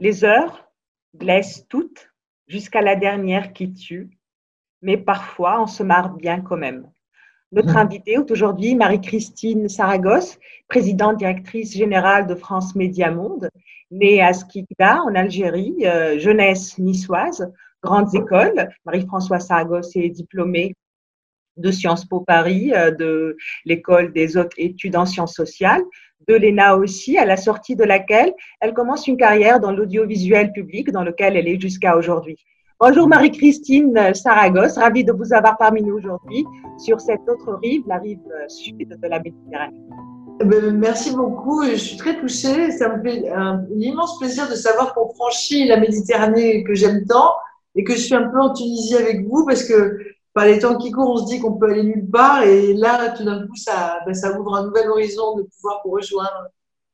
Les heures blessent toutes, jusqu'à la dernière qui tue, mais parfois on se marre bien quand même. Notre invitée est aujourd'hui Marie-Christine Saragosse, présidente directrice générale de France Média Monde, née à Skikda en Algérie, jeunesse niçoise, grandes écoles. Marie-Françoise Saragosse est diplômée de Sciences Po Paris, de l'école des hautes études en sciences sociales, de l'ENA aussi, à la sortie de laquelle elle commence une carrière dans l'audiovisuel public dans lequel elle est jusqu'à aujourd'hui. Bonjour Marie-Christine Saragosse, ravie de vous avoir parmi nous aujourd'hui sur cette autre rive, la rive sud de la Méditerranée. Merci beaucoup, je suis très touchée. Ça me fait un immense plaisir de savoir qu'on franchit la Méditerranée que j'aime tant et que je suis un peu en Tunisie avec vous parce que par les temps qui courent, on se dit qu'on peut aller nulle part et là, tout d'un coup, ça ouvre un nouvel horizon de pouvoir vous rejoindre.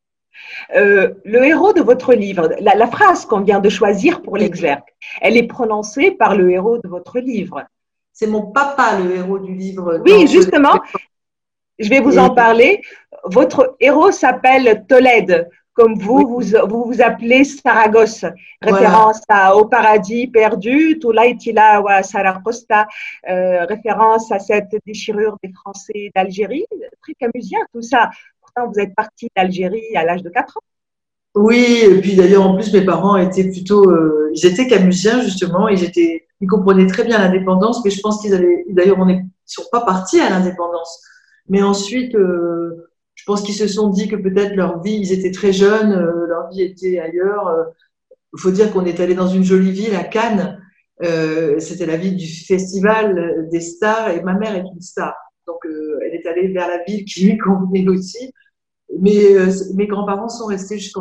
Le héros de votre livre, la phrase qu'on vient de choisir pour l'exergue, elle est prononcée par le héros de votre livre. C'est mon papa, le héros du livre. Oui, justement, je vais vous en parler. Votre héros s'appelle Tolède, comme vous appelez Saragosse, référence au paradis perdu, Tulaitila wa Saragosta, référence à cette déchirure des Français d'Algérie. Très camusien tout ça. Pourtant, vous êtes parti d'Algérie à l'âge de 4 ans. Oui, et puis d'ailleurs, en plus, mes parents étaient plutôt, ils étaient camusiens justement, ils comprenaient très bien l'indépendance, mais je pense d'ailleurs, ils sont pas partis à l'indépendance. Mais ensuite, je pense qu'ils se sont dit que peut-être leur vie, ils étaient très jeunes, leur vie était ailleurs. Il faut dire qu'on est allé dans une jolie ville, à Cannes. C'était la ville du festival des stars et ma mère est une star. Donc, elle est allée vers la ville qui lui convenait aussi. Mais mes grands-parents sont restés jusqu'en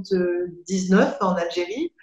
79 en Algérie.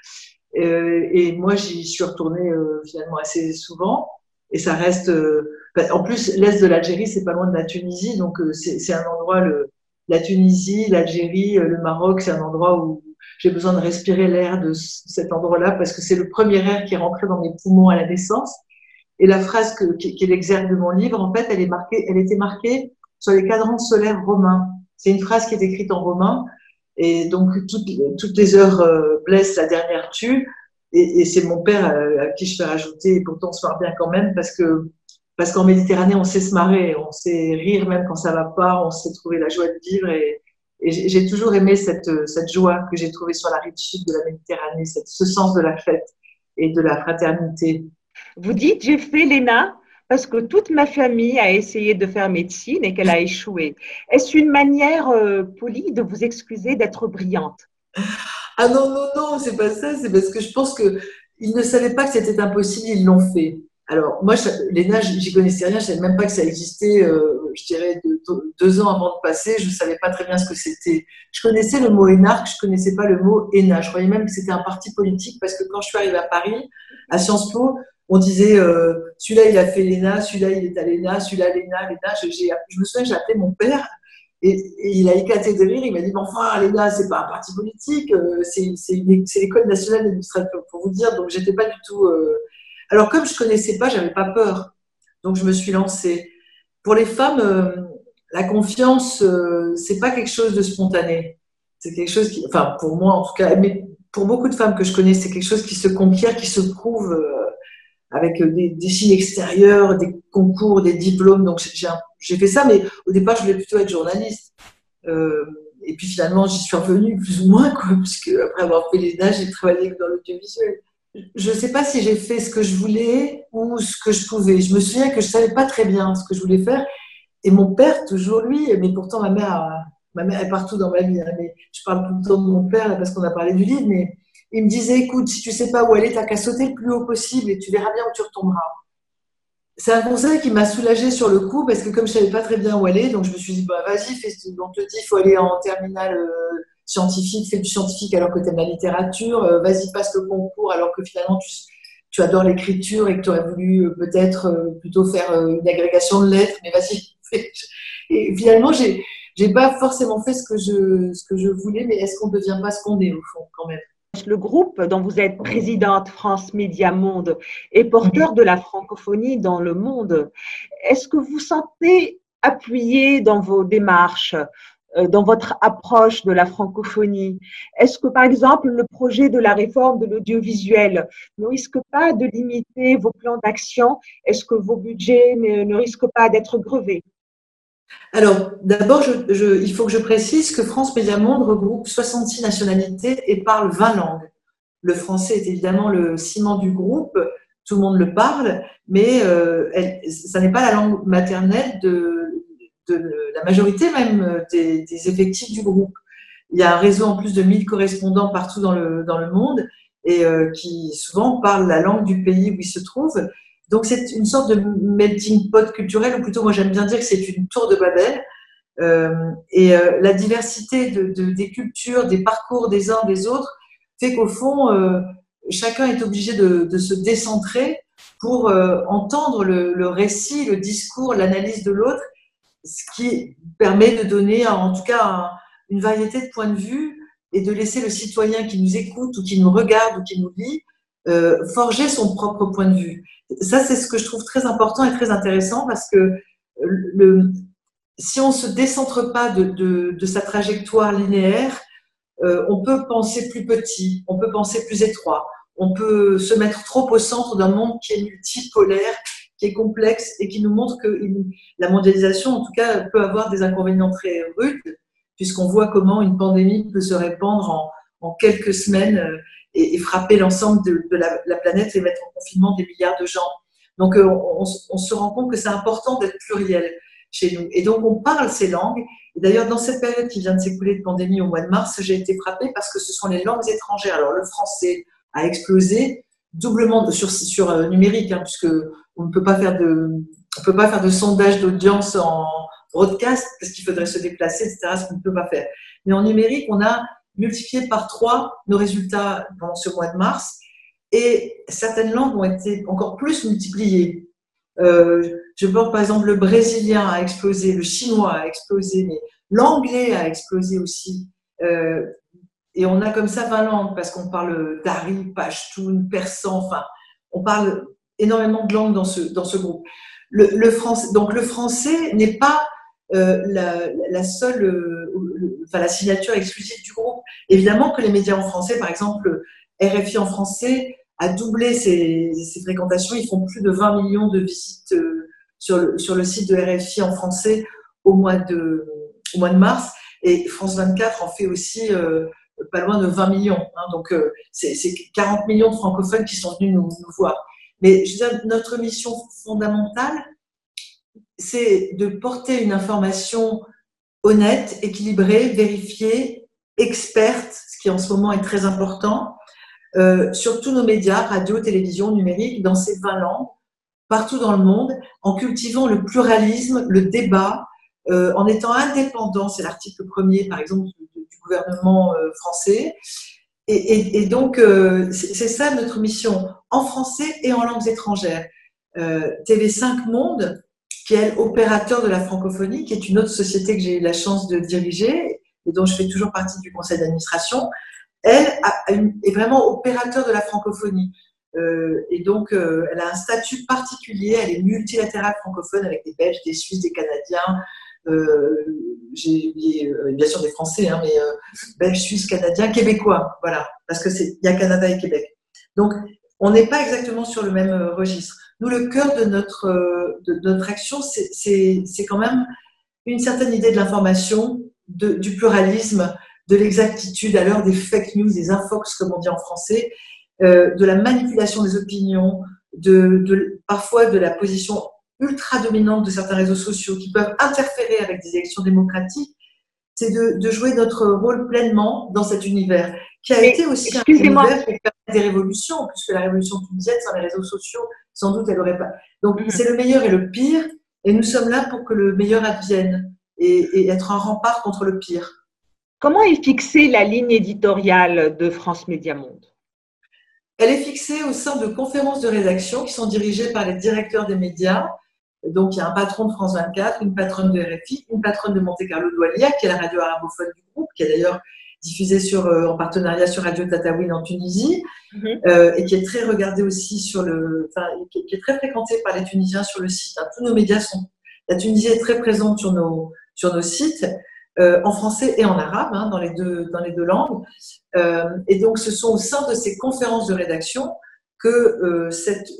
Et moi, j'y suis retournée finalement assez souvent. Et ça reste. En plus, l'est de l'Algérie, c'est pas loin de la Tunisie, donc c'est un endroit. La Tunisie, l'Algérie, le Maroc, c'est un endroit où j'ai besoin de respirer l'air de cet endroit-là parce que c'est le premier air qui est rentré dans mes poumons à la naissance. Et la phrase qui est l'exergue de mon livre, en fait, elle était marquée sur les cadrans solaires romains. C'est une phrase qui est écrite en romain. Et donc, toutes les heures blessent, la dernière tue. Et c'est mon père à qui je fais rajouter, et pourtant on se marre bien quand même, parce qu'en Méditerranée, on sait se marrer, on sait rire même quand ça va pas, on sait trouver la joie de vivre. Et j'ai toujours aimé cette joie que j'ai trouvée sur la rive sud de la Méditerranée, ce sens de la fête et de la fraternité. Vous dites, j'ai fait l'ENA parce que toute ma famille a essayé de faire médecine et qu'elle a échoué. Est-ce une manière polie de vous excuser d'être brillante? Ah non, non, non, c'est pas ça, c'est parce que je pense qu'ils ne savaient pas que c'était impossible, ils l'ont fait. Alors, moi, l'ENA, j'y connaissais rien, je savais même pas que ça existait, je dirais, 2 ans avant de passer, je savais pas très bien ce que c'était. Je connaissais le mot énarque, je connaissais pas le mot ENA. Je croyais même que c'était un parti politique parce que quand je suis arrivée à Paris, à Sciences Po, on disait, celui-là, il a fait l'ENA, celui-là, il est à l'ENA, celui-là, l'ENA, l'ENA. Je me souviens, j'ai appelé mon père et il a éclaté de rire, il m'a dit, mais enfin, l'ENA, c'est pas un parti politique, c'est l'École nationale d'administration, pour vous dire, donc j'étais pas du tout. Alors, comme je connaissais pas, j'avais pas peur, donc je me suis lancée. Pour les femmes, la confiance, c'est pas quelque chose de spontané. C'est quelque chose qui, enfin, pour moi en tout cas, mais pour beaucoup de femmes que je connais, c'est quelque chose qui se conquiert, qui se prouve avec des signes extérieurs, des concours, des diplômes. Donc j'ai fait ça, mais au départ, je voulais plutôt être journaliste. Et puis finalement, j'y suis revenue plus ou moins, quoi, puisque après avoir fait l'ENA, j'ai travaillé dans l'audiovisuel. Je ne sais pas si j'ai fait ce que je voulais ou ce que je pouvais. Je me souviens que je ne savais pas très bien ce que je voulais faire. Et mon père, toujours lui, mais pourtant ma mère est partout dans ma vie, hein, mais je parle tout le temps de mon père là, parce qu'on a parlé du livre, mais il me disait, écoute, si tu ne sais pas où aller, tu n'as qu'à sauter le plus haut possible et tu verras bien où tu retomberas. C'est un conseil qui m'a soulagée sur le coup parce que comme je savais pas très bien où aller, donc je me suis dit, bah vas-y, on te dit, il faut aller en terminale scientifique, fais du scientifique alors que tu aimes la littérature, vas-y, passe le concours alors que finalement tu adores l'écriture et que tu aurais voulu peut-être plutôt faire une agrégation de lettres, mais vas-y. Et finalement, j'ai pas forcément fait ce que je voulais, mais est-ce qu'on ne devient pas ce qu'on est au fond quand même? Le groupe dont vous êtes présidente France Média Monde est porteur de la francophonie dans le monde. Est-ce que vous sentez appuyé dans vos démarches dans votre approche de la francophonie? Est-ce que, par exemple, le projet de la réforme de l'audiovisuel ne risque pas de limiter vos plans d'action? Est-ce que vos budgets ne risquent pas d'être grevés? Alors, d'abord, il faut que je précise que France Média Monde regroupe 66 nationalités et parle 20 langues. Le français est évidemment le ciment du groupe, tout le monde le parle, mais ça n'est pas la langue maternelle de la majorité même des effectifs du groupe. Il y a un réseau en plus de 1000 correspondants partout dans le monde et qui souvent parlent la langue du pays où ils se trouvent. Donc c'est une sorte de melting pot culturel, ou plutôt moi j'aime bien dire que c'est une tour de Babel. La diversité des cultures, des parcours des uns des autres fait qu'au fond, chacun est obligé de se décentrer pour entendre le récit, le discours, l'analyse de l'autre, ce qui permet de donner en tout cas une variété de points de vue et de laisser le citoyen qui nous écoute ou qui nous regarde ou qui nous lit forger son propre point de vue. Ça, c'est ce que je trouve très important et très intéressant parce que si on ne se décentre pas de sa trajectoire linéaire, on peut penser plus petit, on peut penser plus étroit, on peut se mettre trop au centre d'un monde qui est multipolaire, qui est complexe et qui nous montre que la mondialisation, en tout cas, peut avoir des inconvénients très rudes, puisqu'on voit comment une pandémie peut se répandre en quelques semaines et frapper l'ensemble de la planète et mettre en confinement des milliards de gens. Donc, on se rend compte que c'est important d'être pluriel chez nous. Et donc, on parle ces langues. Et d'ailleurs, dans cette période qui vient de s'écouler de pandémie au mois de mars, j'ai été frappée parce que ce sont les langues étrangères. Alors, le français a explosé doublement sur numérique, hein, puisque on ne peut pas faire de sondage d'audience en broadcast parce qu'il faudrait se déplacer, etc., ce qu'on ne peut pas faire. Mais en numérique, on a multiplié par 3 nos résultats pendant ce mois de mars et certaines langues ont été encore plus multipliées. Je pense par exemple le brésilien a explosé, le chinois a explosé, mais l'anglais a explosé aussi. Et on a comme ça 20 langues parce qu'on parle dari, pashtun, persan, enfin, on parle énormément de langues dans ce groupe. Donc le français n'est pas la seule, la signature exclusive du groupe. Évidemment que les médias en français, par exemple, RFI en français a doublé ses fréquentations. Ils font plus de 20 millions de visites sur le site de RFI en français au mois de mars. Et France 24 en fait aussi pas loin de 20 millions. Hein, donc, c'est 40 millions de francophones qui sont venus nous voir. Mais je veux dire, notre mission fondamentale, c'est de porter une information honnête, équilibrée, vérifiée, experte, ce qui en ce moment est très important, sur tous nos médias, radio, télévision, numérique, dans ces 20 langues, partout dans le monde, en cultivant le pluralisme, le débat, en étant indépendant, c'est l'article 1er, par exemple, du gouvernement français. Et donc, c'est ça notre mission, en français et en langues étrangères. TV5 Monde, qui est opérateur de la francophonie, qui est une autre société que j'ai eu la chance de diriger et dont je fais toujours partie du conseil d'administration, elle est vraiment opérateur de la francophonie. Et donc, elle a un statut particulier, elle est multilatérale francophone avec des Belges, des Suisses, des Canadiens, j'ai oublié bien sûr des Français, hein, mais Belges, Suisses, Canadiens, Québécois, voilà, parce que il y a Canada et Québec. Donc, on n'est pas exactement sur le même registre. Nous, le cœur de notre action, c'est quand même une certaine idée de l'information, du pluralisme, de l'exactitude à l'heure des fake news, des infox, comme on dit en français, de la manipulation des opinions, parfois de la position ultra dominante de certains réseaux sociaux qui peuvent interférer avec des élections démocratiques. C'est de jouer notre rôle pleinement dans cet univers, qui a été aussi un univers qui a fait des révolutions, puisque la révolution tunisienne, sans les réseaux sociaux, sans doute, elle n'aurait pas. Donc, c'est le meilleur et le pire, et nous sommes là pour que le meilleur advienne et être un rempart contre le pire. Comment est fixée la ligne éditoriale de France Média Monde? Elle est fixée au sein de conférences de rédaction qui sont dirigées par les directeurs des médias. Donc, il y a un patron de France 24, une patronne de RFI, une patronne de Monte Carlo Doualiya, qui est la radio arabophone du groupe, qui est d'ailleurs diffusée en partenariat sur Radio Tataouine en Tunisie, et qui est très regardée aussi qui est très fréquentée par les Tunisiens sur le site. Hein. Tous nos médias la Tunisie est très présente sur nos sites. en français et en arabe, hein, dans les deux langues. Et donc, ce sont au sein de ces conférences de rédaction que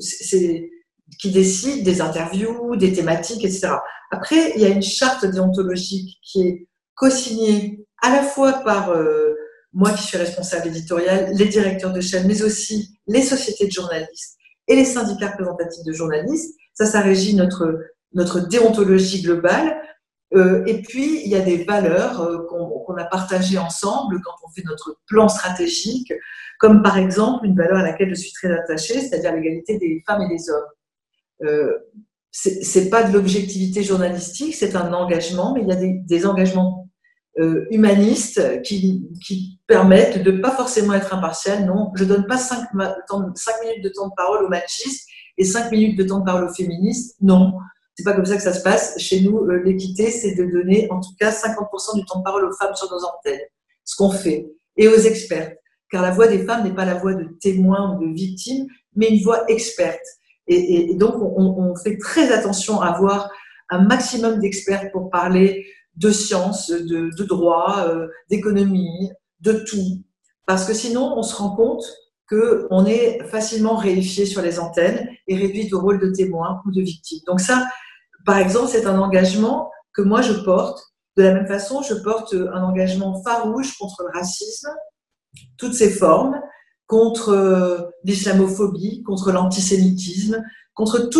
qui décident des interviews, des thématiques, etc. Après, il y a une charte déontologique qui est co-signée à la fois par moi qui suis responsable éditorial, les directeurs de chaîne, mais aussi les sociétés de journalistes et les syndicats représentatifs de journalistes. Ça régit notre déontologie globale. Et puis, il y a des valeurs qu'on a partagées ensemble quand on fait notre plan stratégique, comme par exemple une valeur à laquelle je suis très attachée, c'est-à-dire l'égalité des femmes et des hommes. C'est pas de l'objectivité journalistique, c'est un engagement, mais il y a des engagements humanistes qui permettent de pas forcément être impartial. Non, je donne pas 5 minutes de temps de parole aux machistes et 5 minutes de temps de parole aux féministes. Non, c'est pas comme ça que ça se passe. Chez nous, l'équité, c'est de donner en tout cas 50% du temps de parole aux femmes sur nos antennes, ce qu'on fait, et aux expertes, car la voix des femmes n'est pas la voix de témoins ou de victimes, mais une voix experte. Et donc, on fait très attention à avoir un maximum d'experts pour parler de sciences, de droit, d'économie, de tout. Parce que sinon, on se rend compte qu'on est facilement réifié sur les antennes et réduit au rôle de témoin ou de victime. Donc ça, par exemple, c'est un engagement que moi je porte. De la même façon, je porte un engagement farouche contre le racisme, toutes ses formes, contre l'islamophobie, contre l'antisémitisme, contre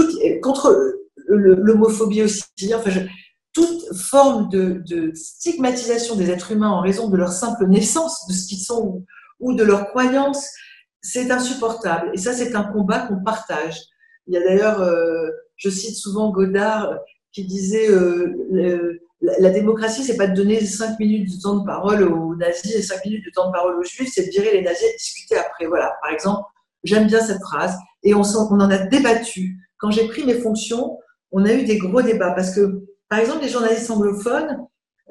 l'homophobie aussi. Enfin, toute forme de stigmatisation des êtres humains en raison de leur simple naissance, de ce qu'ils sont ou de leurs croyances, c'est insupportable. Et ça, c'est un combat qu'on partage. Il y a d'ailleurs, je cite souvent Godard qui disait la démocratie, c'est pas de donner 5 minutes de temps de parole aux nazis et 5 minutes de temps de parole aux juifs, c'est de virer les nazis et de discuter après. Voilà, par exemple, j'aime bien cette phrase et on en a débattu. Quand j'ai pris mes fonctions, on a eu des gros débats parce que, par exemple, les journalistes anglophones,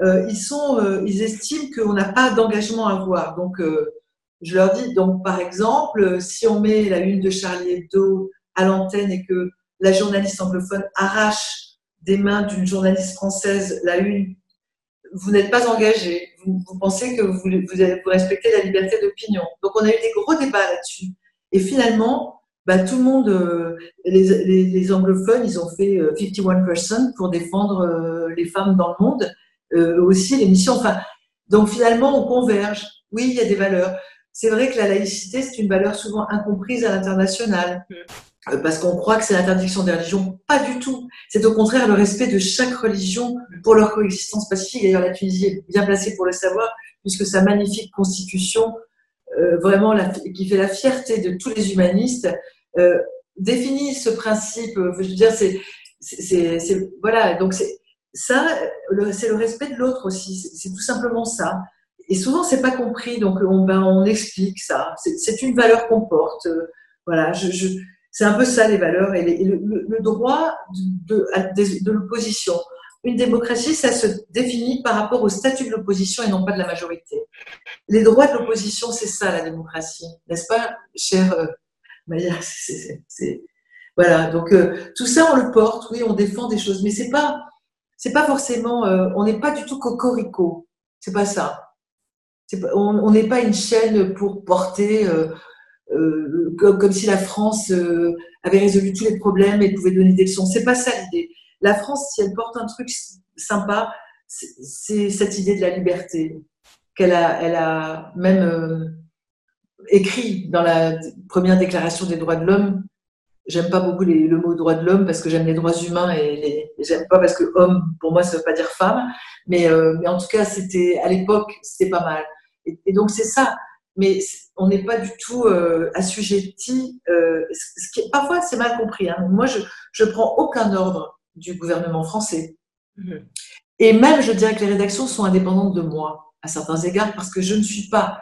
ils estiment qu'on n'a pas d'engagement à avoir. Donc, je leur dis, donc, par exemple, si on met la une de Charlie Hebdo à l'antenne et que la journaliste anglophone arrache des mains d'une journaliste française la une, vous n'êtes pas engagé. Vous pensez que vous respectez la liberté d'opinion. Donc, on a eu des gros débats là-dessus. Et finalement, tout le monde, les anglophones, ils ont fait 51% pour défendre les femmes dans le monde. Aussi, l'émission. Enfin, donc, finalement, on converge. Oui, il y a des valeurs. C'est vrai que la laïcité, c'est une valeur souvent incomprise à l'international. Parce qu'on croit que c'est l'interdiction des religions. Pas du tout. C'est au contraire le respect de chaque religion pour leur coexistence pacifique. D'ailleurs, la Tunisie est bien placée pour le savoir, puisque sa magnifique constitution, vraiment qui fait la fierté de tous les humanistes, définit ce principe. Je veux dire, voilà. Donc c'est le respect de l'autre aussi. C'est tout simplement ça. Et souvent, c'est pas compris. Donc on explique ça. C'est une valeur qu'on porte. Voilà. C'est un peu ça les valeurs et le droit de l'opposition. Une démocratie, ça se définit par rapport au statut de l'opposition et non pas de la majorité. Les droits de l'opposition, c'est ça la démocratie, n'est-ce pas, chère Maya? Voilà, donc tout ça on le porte, oui, on défend des choses, mais c'est pas forcément, on n'est pas du tout cocorico, c'est pas ça. On n'est pas une chaîne pour porter. Comme si la France avait résolu tous les problèmes et pouvait donner des leçons. C'est pas ça l'idée. La France, si elle porte un truc sympa, c'est cette idée de la liberté elle a même écrit dans la première déclaration des droits de l'homme. J'aime pas beaucoup le mot droit de l'homme parce que j'aime les droits humains et j'aime pas parce que homme, pour moi, ça veut pas dire femme. Mais en tout cas, à l'époque, c'était pas mal. Et donc, c'est ça. Mais on n'est pas du tout assujetti. Parfois, c'est mal compris. Hein. Moi, je prends aucun ordre du gouvernement français. Et même, je dirais que les rédactions sont indépendantes de moi, à certains égards, parce que je ne suis pas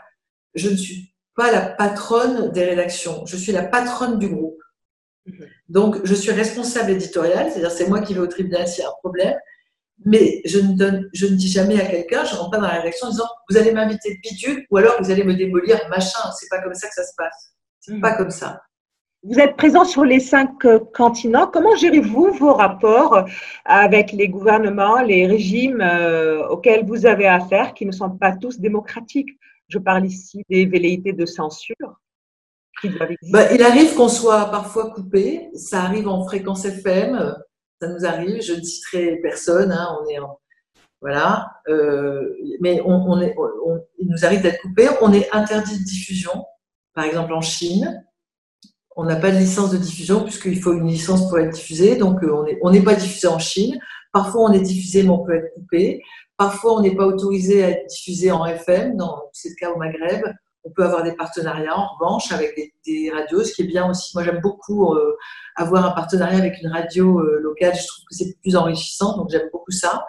la patronne des rédactions. Je suis la patronne du groupe. Donc, je suis responsable éditoriale, c'est-à-dire c'est moi qui vais au tribunal s'il y a un problème. Mais je ne dis jamais à quelqu'un, je ne rentre pas dans la rédaction en disant vous allez m'inviter bidule ou alors vous allez me démolir machin. C'est pas comme ça que ça se passe. C'est pas comme ça. Vous êtes présent sur les 5 continents. Comment gérez-vous vos rapports avec les gouvernements, les régimes auxquels vous avez affaire, qui ne sont pas tous démocratiques? Je parle ici des velléités de censure qui doivent exister. Il arrive qu'on soit parfois coupé. Ça arrive en fréquence FM. Ça nous arrive. Je ne citerai personne. Hein, on est voilà. Mais il nous arrive d'être coupé. On est interdit de diffusion. Par exemple, en Chine, on n'a pas de licence de diffusion puisqu'il faut une licence pour être diffusé. Donc, on n'est pas diffusé en Chine. Parfois, on est diffusé, mais on peut être coupé. Parfois, on n'est pas autorisé à être diffusé en FM. C'est le cas au Maghreb. On peut avoir des partenariats, en revanche, avec des radios, ce qui est bien aussi. Moi, j'aime beaucoup avoir un partenariat avec une radio locale. Je trouve que c'est plus enrichissant, donc j'aime beaucoup ça.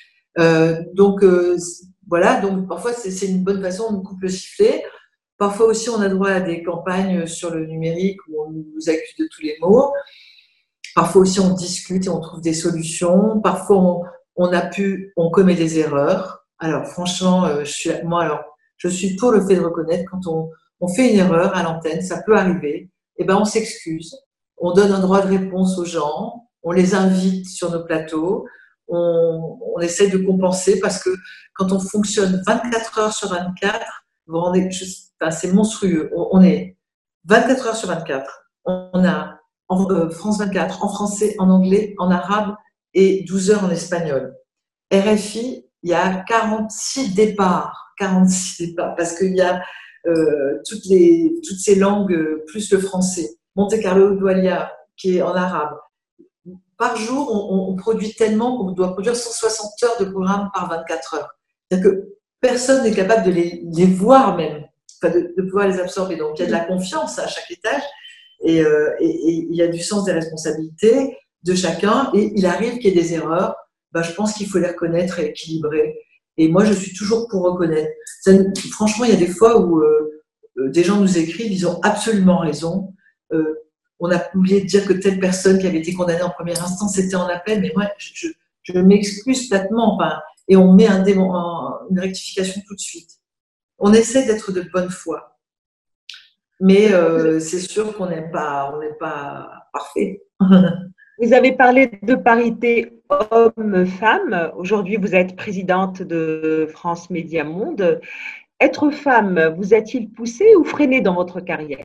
Voilà, donc parfois, c'est une bonne façon, on nous coupe le sifflet. Parfois aussi, on a droit à des campagnes sur le numérique où on nous accuse de tous les maux. Parfois aussi, on discute et on trouve des solutions. Parfois, on commet des erreurs. Alors, franchement, je suis pour le fait de reconnaître quand on fait une erreur à l'antenne, ça peut arriver. Eh ben, on s'excuse. On donne un droit de réponse aux gens. On les invite sur nos plateaux. On essaie de compenser parce que quand on fonctionne 24 heures sur 24, c'est monstrueux. On est 24 heures sur 24. On a France 24 en français, en anglais, en arabe et 12 heures en espagnol. RFI, il y a 46 départs. 46 départs parce qu'il y a toutes ces langues plus le français. Monte Carlo Doualiya, qui est en arabe. Par jour, on produit tellement qu'on doit produire 160 heures de programme par 24 heures. C'est-à-dire que personne n'est capable de les voir même, enfin de pouvoir les absorber. Donc, il y a de la confiance à chaque étage et il y a du sens des responsabilités de chacun. Et il arrive qu'il y ait des erreurs. Je pense qu'il faut les reconnaître et équilibrer. Et moi, je suis toujours pour reconnaître. Franchement, il y a des fois où des gens nous écrivent, ils ont absolument raison. On a oublié de dire que telle personne qui avait été condamnée en première instance était en appel, mais moi, je m'excuse platement. Et on met une rectification tout de suite. On essaie d'être de bonne foi. Mais c'est sûr qu'on n'est pas parfait. Vous avez parlé de parité homme-femme. Aujourd'hui, vous êtes présidente de France Média Monde. Être femme, vous a-t-il poussé ou freiné dans votre carrière?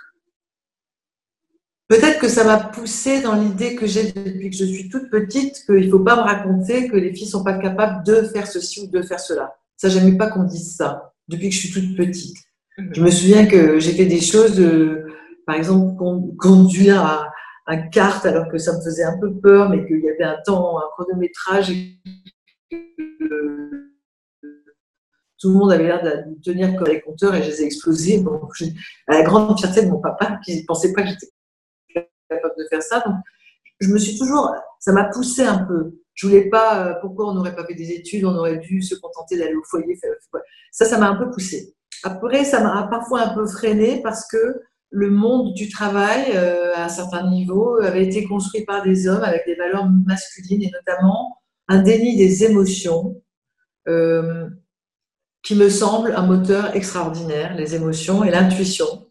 Peut-être que ça m'a poussée dans l'idée que j'ai depuis que je suis toute petite, qu'il ne faut pas me raconter que les filles ne sont pas capables de faire ceci ou de faire cela. Ça, je n'aimais pas qu'on me dise ça, depuis que je suis toute petite. Je me souviens que j'ai fait des choses, par exemple, conduire un kart alors que ça me faisait un peu peur, mais qu'il y avait un chronométrage et tout le monde avait l'air de tenir comme les compteurs et je les ai explosés. Donc, à la grande fierté de mon papa, qui ne pensait pas que j'étais capable de faire ça. Donc, ça m'a poussée un peu. Je voulais pas, pourquoi on n'aurait pas fait des études, on aurait dû se contenter d'aller au foyer. Ça m'a un peu poussée. Après, ça m'a parfois un peu freinée parce que le monde du travail, à un certain niveau, avait été construit par des hommes avec des valeurs masculines et notamment un déni des émotions qui me semble un moteur extraordinaire, les émotions et l'intuition.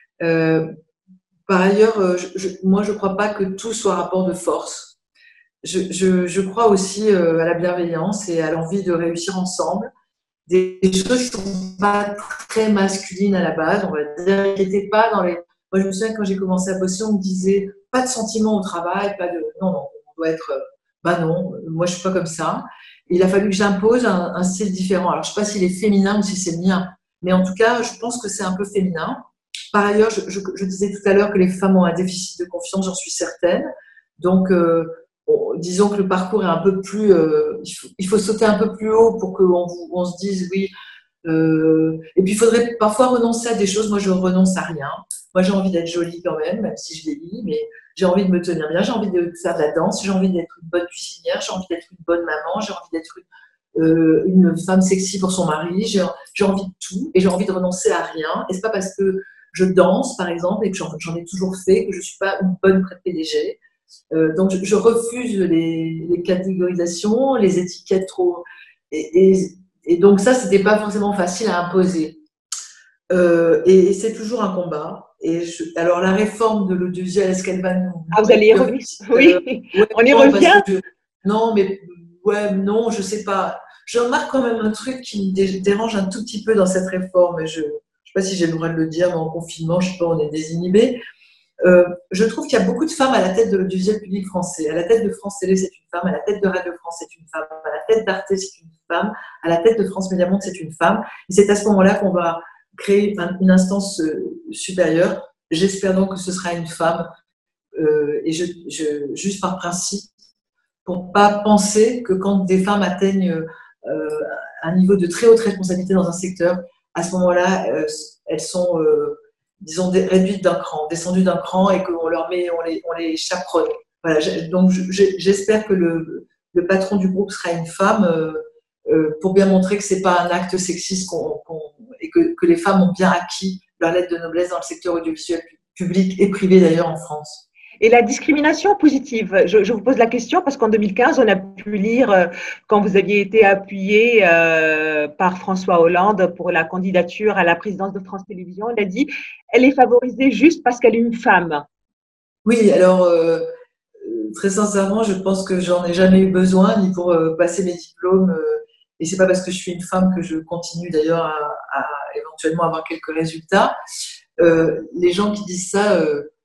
Par ailleurs, moi, je ne crois pas que tout soit rapport de force. Je crois aussi à la bienveillance et à l'envie de réussir ensemble. Des choses qui ne sont pas très masculines à la base, on va dire, qui n'étaient pas dans les… Moi, je me souviens, quand j'ai commencé à bosser, on me disait pas de sentiments au travail, pas de… Non, on doit être… non, moi, je ne suis pas comme ça. Et il a fallu que j'impose un style différent. Alors, je ne sais pas s'il est féminin ou si c'est le mien, mais en tout cas, je pense que c'est un peu féminin. Par ailleurs, je disais tout à l'heure que les femmes ont un déficit de confiance, j'en suis certaine. Donc, disons que le parcours est un peu plus… il faut sauter un peu plus haut pour qu'on se dise oui. Et puis, il faudrait parfois renoncer à des choses. Moi, je ne renonce à rien. Moi, j'ai envie d'être jolie quand même si je vieillis, mais j'ai envie de me tenir bien, j'ai envie de faire de la danse, j'ai envie d'être une bonne cuisinière, j'ai envie d'être une bonne maman, j'ai envie d'être une femme sexy pour son mari, j'ai envie de tout et j'ai envie de renoncer à rien. Et c'est pas parce que je danse, par exemple, et que j'en ai toujours fait, que je ne suis pas une bonne PDG. Donc, je refuse les catégorisations, les étiquettes trop… Et donc, ça, ce n'était pas forcément facile à imposer. Et c'est toujours un combat. Alors, la réforme de l'audiovisuel, est-ce qu'elle va Ah, vous être allez y comme vous revenir? disiez tout à l'heure? Oui, Ouais, on y non, parce revient. que non, mais ouais, non, je sais pas. Je remarque quand même un truc qui me dérange un tout petit peu dans cette réforme. Et je sais pas si j'ai le droit de le dire, mais en confinement, je sais pas, on est désinhibés. Je trouve qu'il y a beaucoup de femmes à la tête de l'audiovisuel public français. À la tête de France Télé, c'est une femme. À la tête de Radio France, c'est une femme. À la tête d'Arte, c'est une femme. À la tête de France Média Monde, c'est une femme. Et c'est à ce moment-là qu'on va créer une instance supérieure. J'espère donc que ce sera une femme. Et juste par principe, pour pas penser que quand des femmes atteignent un niveau de très haute responsabilité dans un secteur, à ce moment-là, elles sont, disons, réduites d'un cran, descendues d'un cran et qu'on leur met, on les chaperonne. Voilà, donc j'espère que le patron du groupe sera une femme pour bien montrer que c'est pas un acte sexiste et que les femmes ont bien acquis leur lettre de noblesse dans le secteur audiovisuel public et privé d'ailleurs en France. Et la discrimination positive, je vous pose la question parce qu'en 2015, on a pu lire, quand vous aviez été appuyé par François Hollande pour la candidature à la présidence de France Télévisions, il a dit elle est favorisée juste parce qu'elle est une femme. Oui, alors très sincèrement, je pense que j'en ai jamais eu besoin, ni pour passer mes diplômes. Et c'est pas parce que je suis une femme que je continue d'ailleurs à éventuellement avoir quelques résultats. Les gens qui disent ça,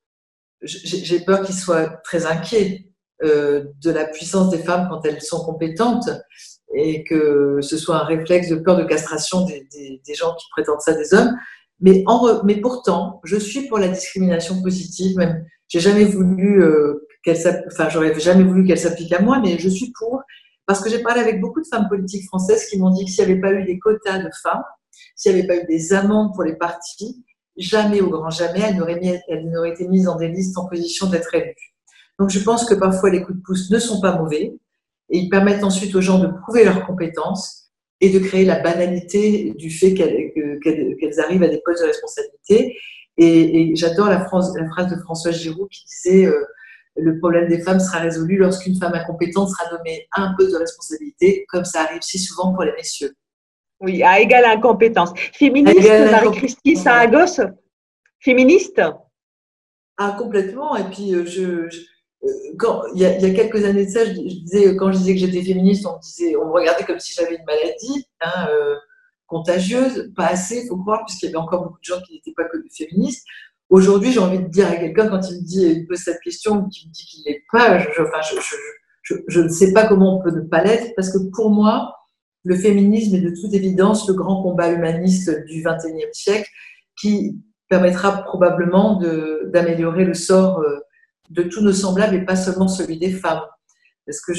j'ai peur qu'ils soient très inquiets de la puissance des femmes quand elles sont compétentes et que ce soit un réflexe de peur de castration des gens qui prétendent ça des hommes. Mais pourtant, je suis pour la discrimination positive. Même, j'ai jamais voulu j'aurais jamais voulu qu'elle s'applique à moi, mais je suis pour parce que j'ai parlé avec beaucoup de femmes politiques françaises qui m'ont dit que s'il n'y avait pas eu des quotas de femmes, s'il n'y avait pas eu des amendes pour les partis, jamais, au grand jamais, elle n'aurait été mise dans des listes en position d'être élue. Donc je pense que parfois les coups de pouce ne sont pas mauvais et ils permettent ensuite aux gens de prouver leurs compétences et de créer la banalité du fait qu'elles arrivent à des postes de responsabilité. Et j'adore la phrase de François Giroud qui disait le problème des femmes sera résolu lorsqu'une femme incompétente sera nommée à un poste de responsabilité, comme ça arrive si souvent pour les messieurs. Oui, à égale incompétence. À Féministe, égale Marie-Christine incompétence, voilà. Saragosse? Féministe? Ah, complètement. Et puis, quand, il y a quelques années de ça, quand je disais que j'étais féministe, on me regardait comme si j'avais une maladie contagieuse. Pas assez, il faut croire, puisqu'il y avait encore beaucoup de gens qui n'étaient pas que féministes. Aujourd'hui, j'ai envie de dire à quelqu'un, quand il me pose cette question, qui me dit qu'il n'est pas, je ne sais pas comment on peut ne pas l'être, parce que pour moi, le féminisme est de toute évidence le grand combat humaniste du XXIe siècle qui permettra probablement d'améliorer le sort de tous nos semblables et pas seulement celui des femmes. Parce que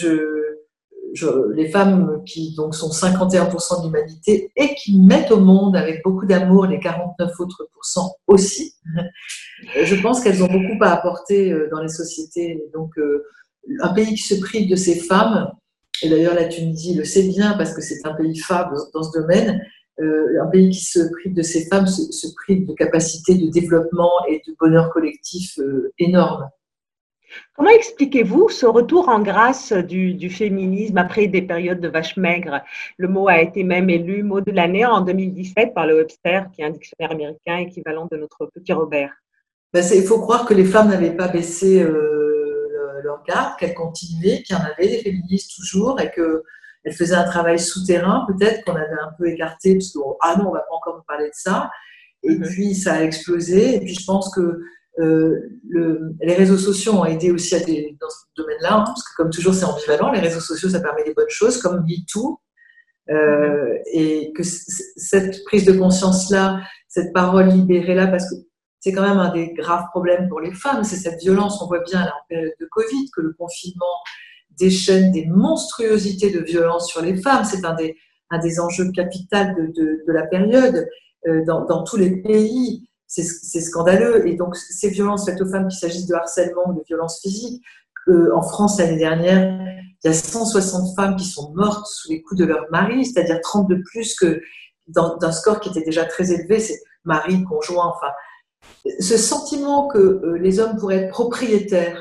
les femmes qui donc sont 51% de l'humanité et qui mettent au monde avec beaucoup d'amour les 49 autres pourcents aussi, je pense qu'elles ont beaucoup à apporter dans les sociétés. Donc, un pays qui se prive de ces femmes, et d'ailleurs la Tunisie le sait bien parce que c'est un pays phare dans ce domaine, un pays qui se prive de ces femmes se prive de capacités de développement et de bonheur collectif énormes. Comment expliquez-vous ce retour en grâce du féminisme après des périodes de vache maigre? Le mot a été même élu mot de l'année en 2017 par le Webster, qui est un dictionnaire américain équivalent de notre petit Robert. Il faut croire que les femmes n'avaient pas baissé leur garde, qu'elles continuaient, qu'il y en avait des féministes toujours et qu'elles faisaient un travail souterrain peut-être qu'on avait un peu écarté parce que ah non, on ne va pas encore nous parler de ça. Et puis ça a explosé. Et puis je pense que les réseaux sociaux ont aidé aussi dans ce domaine-là, hein, parce que comme toujours c'est ambivalent, les réseaux sociaux ça permet des bonnes choses comme MeToo, et que cette prise de conscience-là, cette parole libérée-là, parce que c'est quand même un des graves problèmes pour les femmes, c'est cette violence. On voit bien là, en période de Covid que le confinement déchaîne des monstruosités de violence sur les femmes. C'est un des enjeux capitaux de la période dans tous les pays. C'est scandaleux. Et donc, ces violences faites aux femmes, qu'il s'agisse de harcèlement ou de violences physiques, en France, l'année dernière, il y a 160 femmes qui sont mortes sous les coups de leur mari, c'est-à-dire 30 de plus que d'un score qui était déjà très élevé, c'est mari, conjoint, enfin. Ce sentiment que les hommes pourraient être propriétaires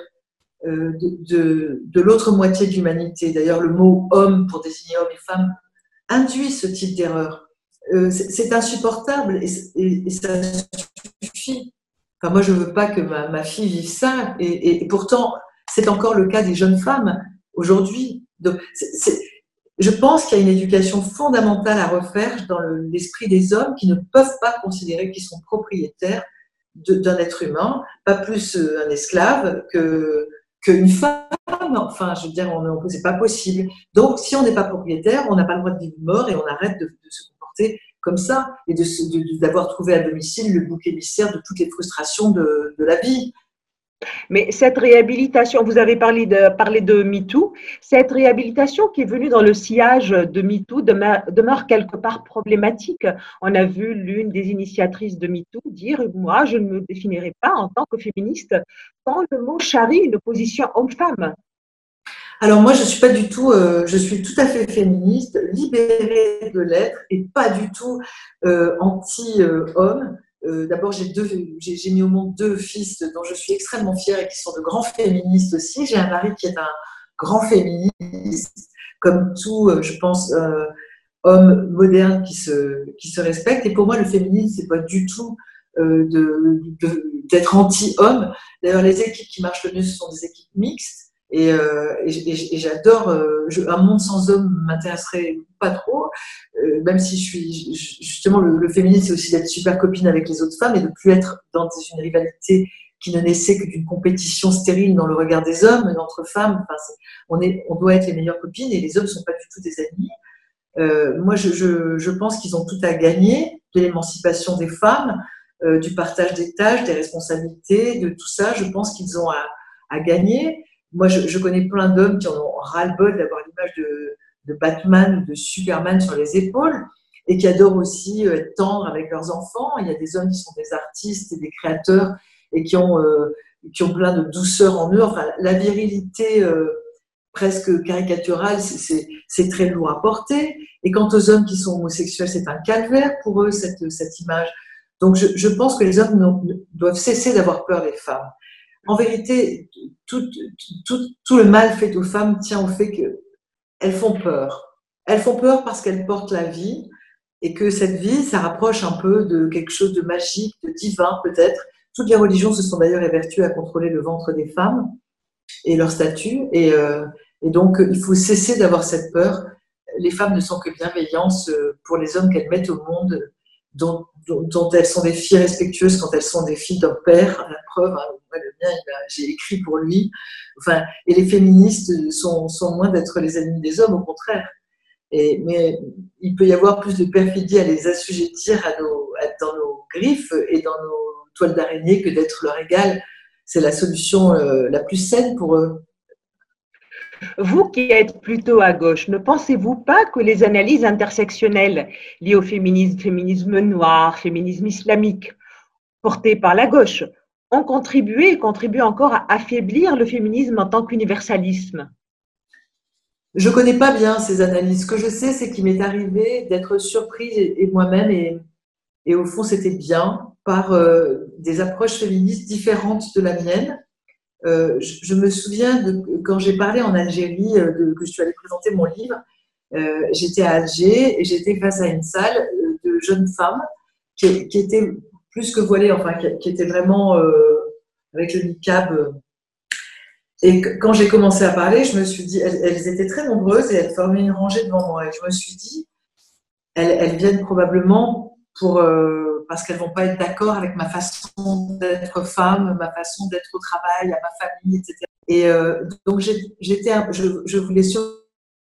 de l'autre moitié de l'humanité, d'ailleurs le mot homme pour désigner hommes et femmes, induit ce type d'erreur. C'est insupportable et ça suffit Enfin, moi, je veux pas que ma fille vive ça. Et pourtant, c'est encore le cas des jeunes femmes aujourd'hui. Donc, je pense qu'il y a une éducation fondamentale à refaire dans l'esprit des hommes qui ne peuvent pas considérer qu'ils sont propriétaires d'un être humain, pas plus un esclave qu'une femme. Enfin, je veux dire, c'est pas possible. Donc, si on n'est pas propriétaire, on n'a pas le droit de vivre mort et on arrête de se comporter comme ça et d'avoir trouvé à domicile le bouc émissaire de toutes les frustrations de la vie. Mais cette réhabilitation, vous avez parlé de MeToo, cette réhabilitation qui est venue dans le sillage de MeToo demeure quelque part problématique. On a vu l'une des initiatrices de MeToo dire: moi, je ne me définirai pas en tant que féministe quand le mot charrie une position homme-femme. Alors moi, je suis pas du tout, je suis tout à fait féministe, libérée de l'être et pas du tout anti-homme. D'abord, j'ai mis au monde 2 fils dont je suis extrêmement fière et qui sont de grands féministes aussi. J'ai un mari qui est un grand féministe, comme tout, je pense, homme moderne qui se respecte. Et pour moi, le féminisme, c'est pas du tout d'être anti-homme. D'ailleurs, les équipes qui marchent le mieux, ce sont des équipes mixtes. Et j'adore, un monde sans hommes m'intéresserait pas trop, même si je suis justement le féminisme, c'est aussi d'être super copine avec les autres femmes et de plus être dans une rivalité qui ne naissait que d'une compétition stérile dans le regard des hommes, entre femmes. Enfin, on doit être les meilleures copines et les hommes sont pas du tout des ennemis. Moi, je pense qu'ils ont tout à gagner de l'émancipation des femmes, du partage des tâches, des responsabilités, de tout ça. Je pense qu'ils ont à gagner. Moi, je connais plein d'hommes qui en ont ras-le-bol d'avoir l'image de Batman ou de Superman sur les épaules et qui adorent aussi être tendres avec leurs enfants. Il y a des hommes qui sont des artistes et des créateurs et qui ont plein de douceur en eux. Enfin, la virilité presque caricaturale, c'est très lourd à porter. Et quant aux hommes qui sont homosexuels, c'est un calvaire pour eux, cette image. Donc, je pense que les hommes doivent cesser d'avoir peur des femmes. En vérité, tout le mal fait aux femmes tient au fait qu'elles font peur. Elles font peur parce qu'elles portent la vie et que cette vie, ça rapproche un peu de quelque chose de magique, de divin peut-être. Toutes les religions se sont d'ailleurs évertuées à contrôler le ventre des femmes et leur statut. Et donc, il faut cesser d'avoir cette peur. Les femmes ne sont que bienveillance pour les hommes qu'elles mettent au monde, dont elles sont des filles respectueuses quand elles sont des filles d'un père. La preuve, hein, moi, le mien, j'ai écrit pour lui. Enfin, et les féministes sont loin d'être les ennemis des hommes, au contraire. Mais il peut y avoir plus de perfidie à les assujettir dans nos griffes et dans nos toiles d'araignée que d'être leur égal. C'est la solution la plus saine pour eux. Vous qui êtes plutôt à gauche, ne pensez-vous pas que les analyses intersectionnelles liées au féminisme, féminisme noir, féminisme islamique, portées par la gauche, ont contribué et contribuent encore à affaiblir le féminisme en tant qu'universalisme? Je ne connais pas bien ces analyses. Ce que je sais, c'est qu'il m'est arrivé d'être surprise et moi-même, et au fond, c'était bien, par des approches féministes différentes de la mienne. Je me souviens de quand j'ai parlé en Algérie, que je suis allée présenter mon livre. J'étais à Alger et j'étais face à une salle de jeunes femmes qui étaient plus que voilées, enfin qui étaient vraiment avec le niqab. Et quand j'ai commencé à parler, je me suis dit, elles étaient très nombreuses et elles formaient une rangée devant moi. Et je me suis dit, elles viennent probablement parce qu'elles vont pas être d'accord avec ma façon d'être femme, ma façon d'être au travail, à ma famille, etc. Et donc je voulais surtout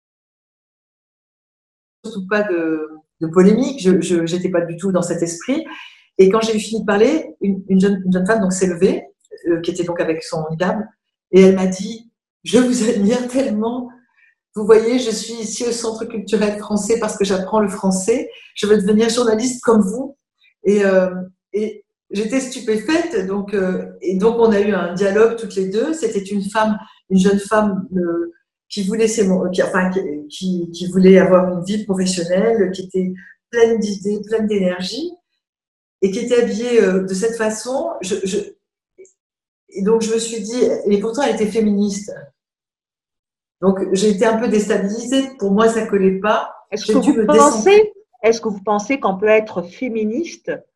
pas de polémique. Je n'étais pas du tout dans cet esprit. Et quand j'ai eu fini de parler, une jeune femme donc s'est levée, qui était donc avec son hijab, et elle m'a dit: je vous admire tellement. Vous voyez, je suis ici au Centre culturel français parce que j'apprends le français. Je veux devenir journaliste comme vous. Et j'étais stupéfaite. Et donc, on a eu un dialogue toutes les deux. C'était une jeune femme qui voulait, qui voulait avoir une vie professionnelle, qui était pleine d'idées, pleine d'énergie, et qui était habillée de cette façon. Et donc, je me suis dit, et pourtant, elle était féministe. Donc, j'ai été un peu déstabilisée. Pour moi, ça ne collait pas. Est-ce J'ai que dû vous me pensez, décentrer. est-ce que vous pensez qu'on peut être féministe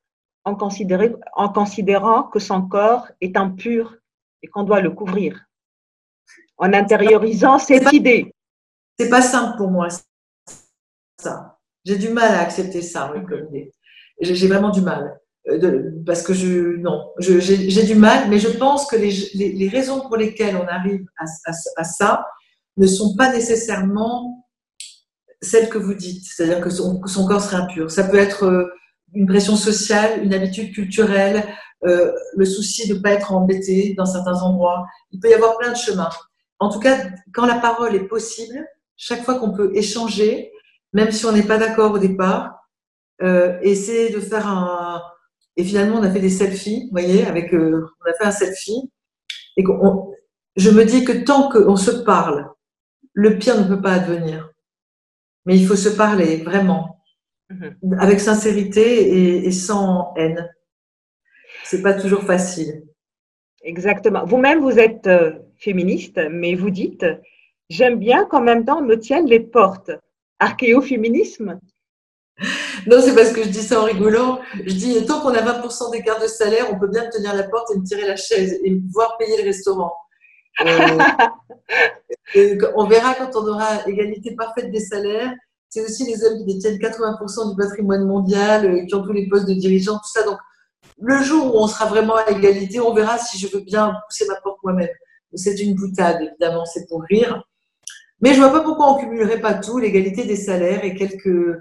en considérant que son corps est impur et qu'on doit le couvrir, en intériorisant cette idée. C'est pas simple pour moi, ça. J'ai du mal à accepter ça, oui, comme idée. J'ai vraiment du mal. Parce que non, j'ai du mal, mais je pense que les raisons pour lesquelles on arrive à ça ne sont pas nécessairement celles que vous dites, c'est-à-dire que son corps serait impur. Ça peut être une pression sociale, une habitude culturelle, le souci de ne pas être embêté dans certains endroits. Il peut y avoir plein de chemins. En tout cas, quand la parole est possible, chaque fois qu'on peut échanger, même si on n'est pas d'accord au départ, essayer de faire un… Et finalement, on a fait des selfies, vous voyez, on a fait un selfie. Et je me dis que tant qu'on se parle, le pire ne peut pas advenir. Mais il faut se parler, vraiment, avec sincérité et sans haine. C'est pas toujours facile. Exactement. Vous-même, vous êtes féministe, mais vous dites, j'aime bien qu'en même temps on me tienne les portes. Archéoféminisme? Non, c'est parce que je dis ça en rigolant. Je dis, tant qu'on a 20% d'écart de salaire, on peut bien me tenir la porte et me tirer la chaise et me voir payer le restaurant. On verra quand on aura égalité parfaite des salaires. C'est aussi les hommes qui détiennent 80% du patrimoine mondial, qui ont tous les postes de dirigeants, tout ça. Donc, le jour où on sera vraiment à égalité, on verra si je veux bien pousser ma porte moi-même. C'est une boutade, évidemment, c'est pour rire. Mais je vois pas pourquoi on cumulerait pas tout, l'égalité des salaires et quelques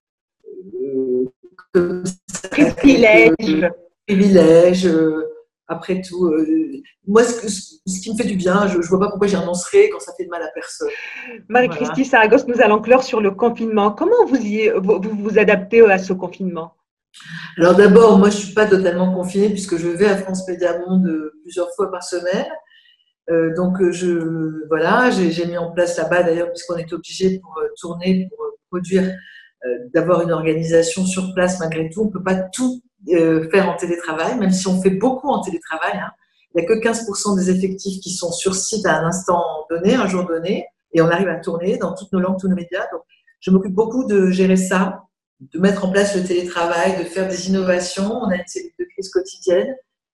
privilèges. Après tout, moi, ce qui me fait du bien, je vois pas pourquoi j'y renoncerais quand ça fait de mal à personne. Marie-Christine Saragos, nous allons clore sur le confinement. Comment vous adaptez à ce confinement? Alors d'abord, moi, je suis pas totalement confinée puisque je vais à France Média Monde plusieurs fois par semaine. Donc, voilà, j'ai mis en place là-bas d'ailleurs, puisqu'on est obligé pour tourner, pour produire, d'avoir une organisation sur place malgré tout. On ne peut pas tout faire en télétravail, même si on fait beaucoup en télétravail. Hein. Il n'y a que 15% des effectifs qui sont sur site à un instant donné, un jour donné, et on arrive à tourner dans toutes nos langues, tous nos médias. Donc, je m'occupe beaucoup de gérer ça, de mettre en place le télétravail, de faire des innovations. On a une cellule de crise quotidienne.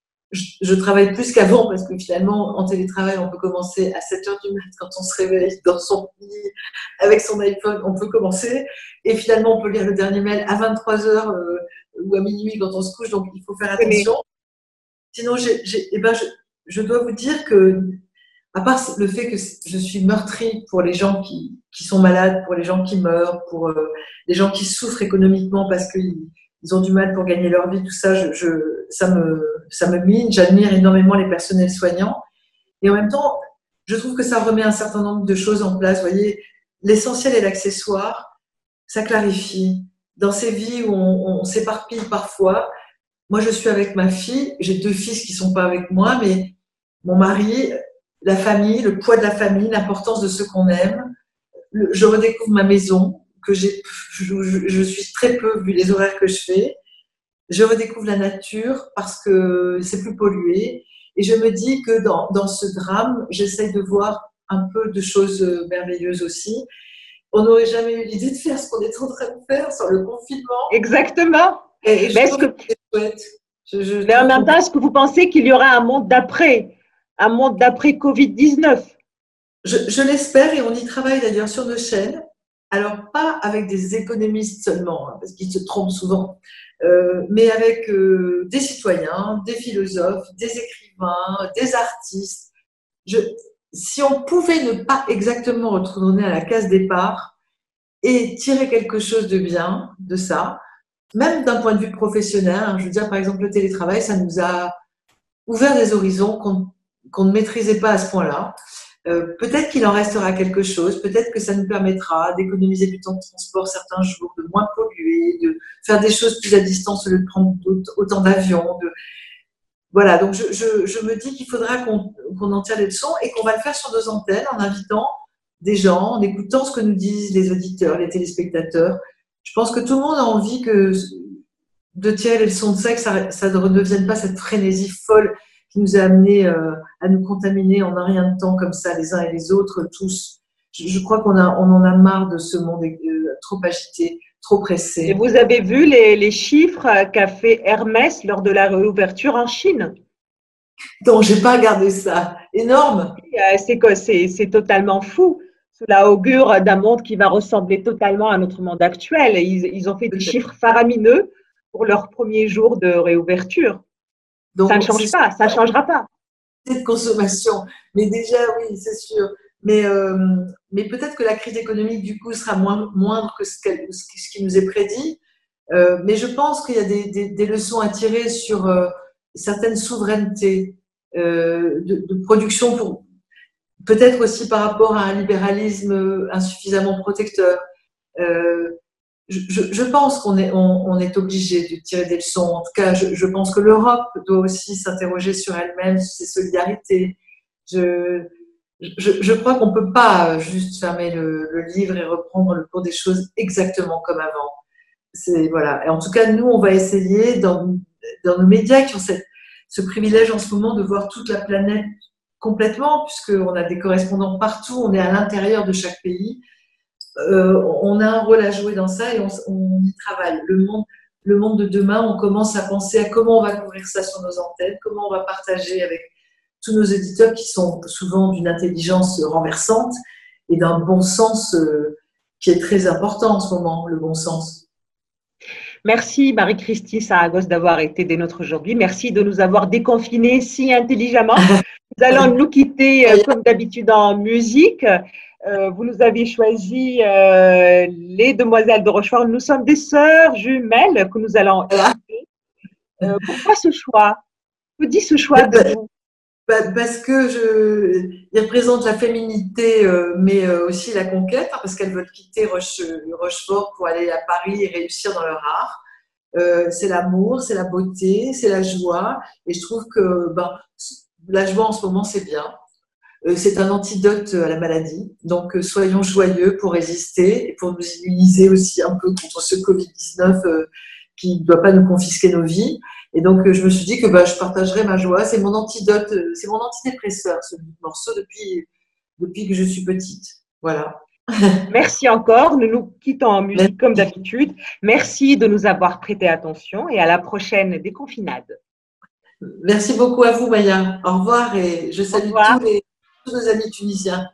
Je travaille plus qu'avant parce que finalement, en télétravail, on peut commencer à 7 heures du mat quand on se réveille dans son lit avec son iPhone, on peut commencer. Et finalement, on peut lire le dernier mail à 23 heures ou à minuit quand on se couche, donc il faut faire attention. Sinon, je dois vous dire que, à part le fait que je suis meurtrie pour les gens qui sont malades, pour les gens qui meurent, pour les gens qui souffrent économiquement parce qu'ils ont du mal pour gagner leur vie, tout ça, ça me mine. J'admire énormément les personnels soignants. Et en même temps, je trouve que ça remet un certain nombre de choses en place. Vous voyez, l'essentiel et l'accessoire, ça clarifie. Dans ces vies où on s'éparpille parfois, moi, je suis avec ma fille. J'ai 2 fils qui sont pas avec moi, mais mon mari, la famille, le poids de la famille, l'importance de ce qu'on aime. Je redécouvre ma maison, que je suis très peu vu les horaires que je fais. Je redécouvre la nature parce que c'est plus pollué. Et je me dis que dans ce drame, j'essaye de voir un peu de choses merveilleuses aussi. On n'aurait jamais eu l'idée de faire ce qu'on est en train de faire sur le confinement. Exactement. Et je trouve que c'est chouette. Mais en même temps, est-ce que vous pensez qu'il y aura un monde d'après Covid-19? Je l'espère et on y travaille d'ailleurs sur nos chaînes. Alors, pas avec des économistes seulement, hein, parce qu'ils se trompent souvent, mais avec des citoyens, des philosophes, des écrivains, des artistes. Si on pouvait ne pas exactement retourner à la case départ et tirer quelque chose de bien de ça, même d'un point de vue professionnel, hein, je veux dire, par exemple, le télétravail, ça nous a ouvert des horizons qu'on ne maîtrisait pas à ce point-là. Peut-être qu'il en restera quelque chose, peut-être que ça nous permettra d'économiser du temps de transport certains jours, de moins polluer, de faire des choses plus à distance au lieu de prendre autant d'avions. Voilà, donc je me dis qu'il faudra qu'on en tire les leçons et qu'on va le faire sur nos antennes en invitant des gens, en écoutant ce que nous disent les auditeurs, les téléspectateurs. Je pense que tout le monde a envie de tirer les leçons de ça, que ça ne redevienne pas cette frénésie folle qui nous a amenés à nous contaminer en un rien de temps comme ça, les uns et les autres, tous. Je crois qu'on en a marre de ce monde trop agité. trop Et pressé. vous avez vu les chiffres qu'a fait Hermès lors de la réouverture en Chine? Donc, j'ai pas regardé ça. Énorme. C'est totalement fou. Cela augure d'un monde qui va ressembler totalement à notre monde actuel. Ils ont fait des Peut-être. chiffres faramineux pour leur premier jour de réouverture. Ça ne Donc, c'est change pas, ça ne changera pas. de consommation. Mais déjà, oui, c'est sûr. Mais peut-être que la crise économique, du coup, sera moindre que ce qui nous est prédit. Mais je pense qu'il y a des leçons à tirer sur certaines souverainetés de production, peut-être aussi par rapport à un libéralisme insuffisamment protecteur. Euh, je pense on est obligé de tirer des leçons. En tout cas, je pense que l'Europe doit aussi s'interroger sur elle-même, sur ses solidarités. Je, je crois qu'on ne peut pas juste fermer le livre et reprendre le cours des choses exactement comme avant. Voilà. Et en tout cas, nous, on va essayer dans nos médias qui ont ce privilège en ce moment de voir toute la planète complètement, puisqu'on a des correspondants partout, on est à l'intérieur de chaque pays. On a un rôle à jouer dans ça et on y travaille. Le monde de demain, on commence à penser à comment on va couvrir ça sur nos antennes, comment on va partager avec tous nos éditeurs qui sont souvent d'une intelligence renversante et d'un bon sens qui est très important en ce moment, le bon sens. Merci Marie-Christine Saragosse d'avoir été des nôtres aujourd'hui. Merci de nous avoir déconfinés si intelligemment. Nous allons nous quitter comme d'habitude en musique. Vous nous avez choisi les Demoiselles de Rochefort. Nous sommes des sœurs jumelles que nous allons écouter. Pourquoi ce choix? Que dit ce choix de vous? Parce que il représente la féminité, mais aussi la conquête, hein, parce qu'elles veulent quitter Rochefort pour aller à Paris et réussir dans leur art. C'est l'amour, c'est la beauté, c'est la joie. Et je trouve que la joie en ce moment, c'est bien. C'est un antidote à la maladie. Donc, soyons joyeux pour résister et pour nous immuniser aussi un peu contre ce Covid-19 qui ne doit pas nous confisquer nos vies. Et donc, je me suis dit que je partagerais ma joie. C'est mon antidote, c'est mon antidépresseur, ce morceau, depuis que je suis petite. Voilà. Merci encore. Nous nous quittons en musique comme Merci. d'habitude. Merci de nous avoir prêté attention et à la prochaine déconfinade. Merci beaucoup à vous, Maya. Au revoir et je Au salue revoir. tous nos amis tunisiens.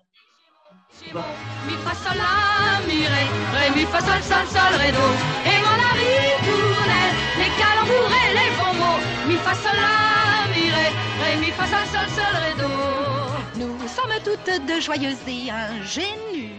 Mi fa sol la mi ré mi fa sol sol sol ré do et mon ami tournait les calembours et les bons mots mi fa sol la mi ré mi fa sol sol sol ré do. Nous sommes toutes deux joyeuses et ingénues.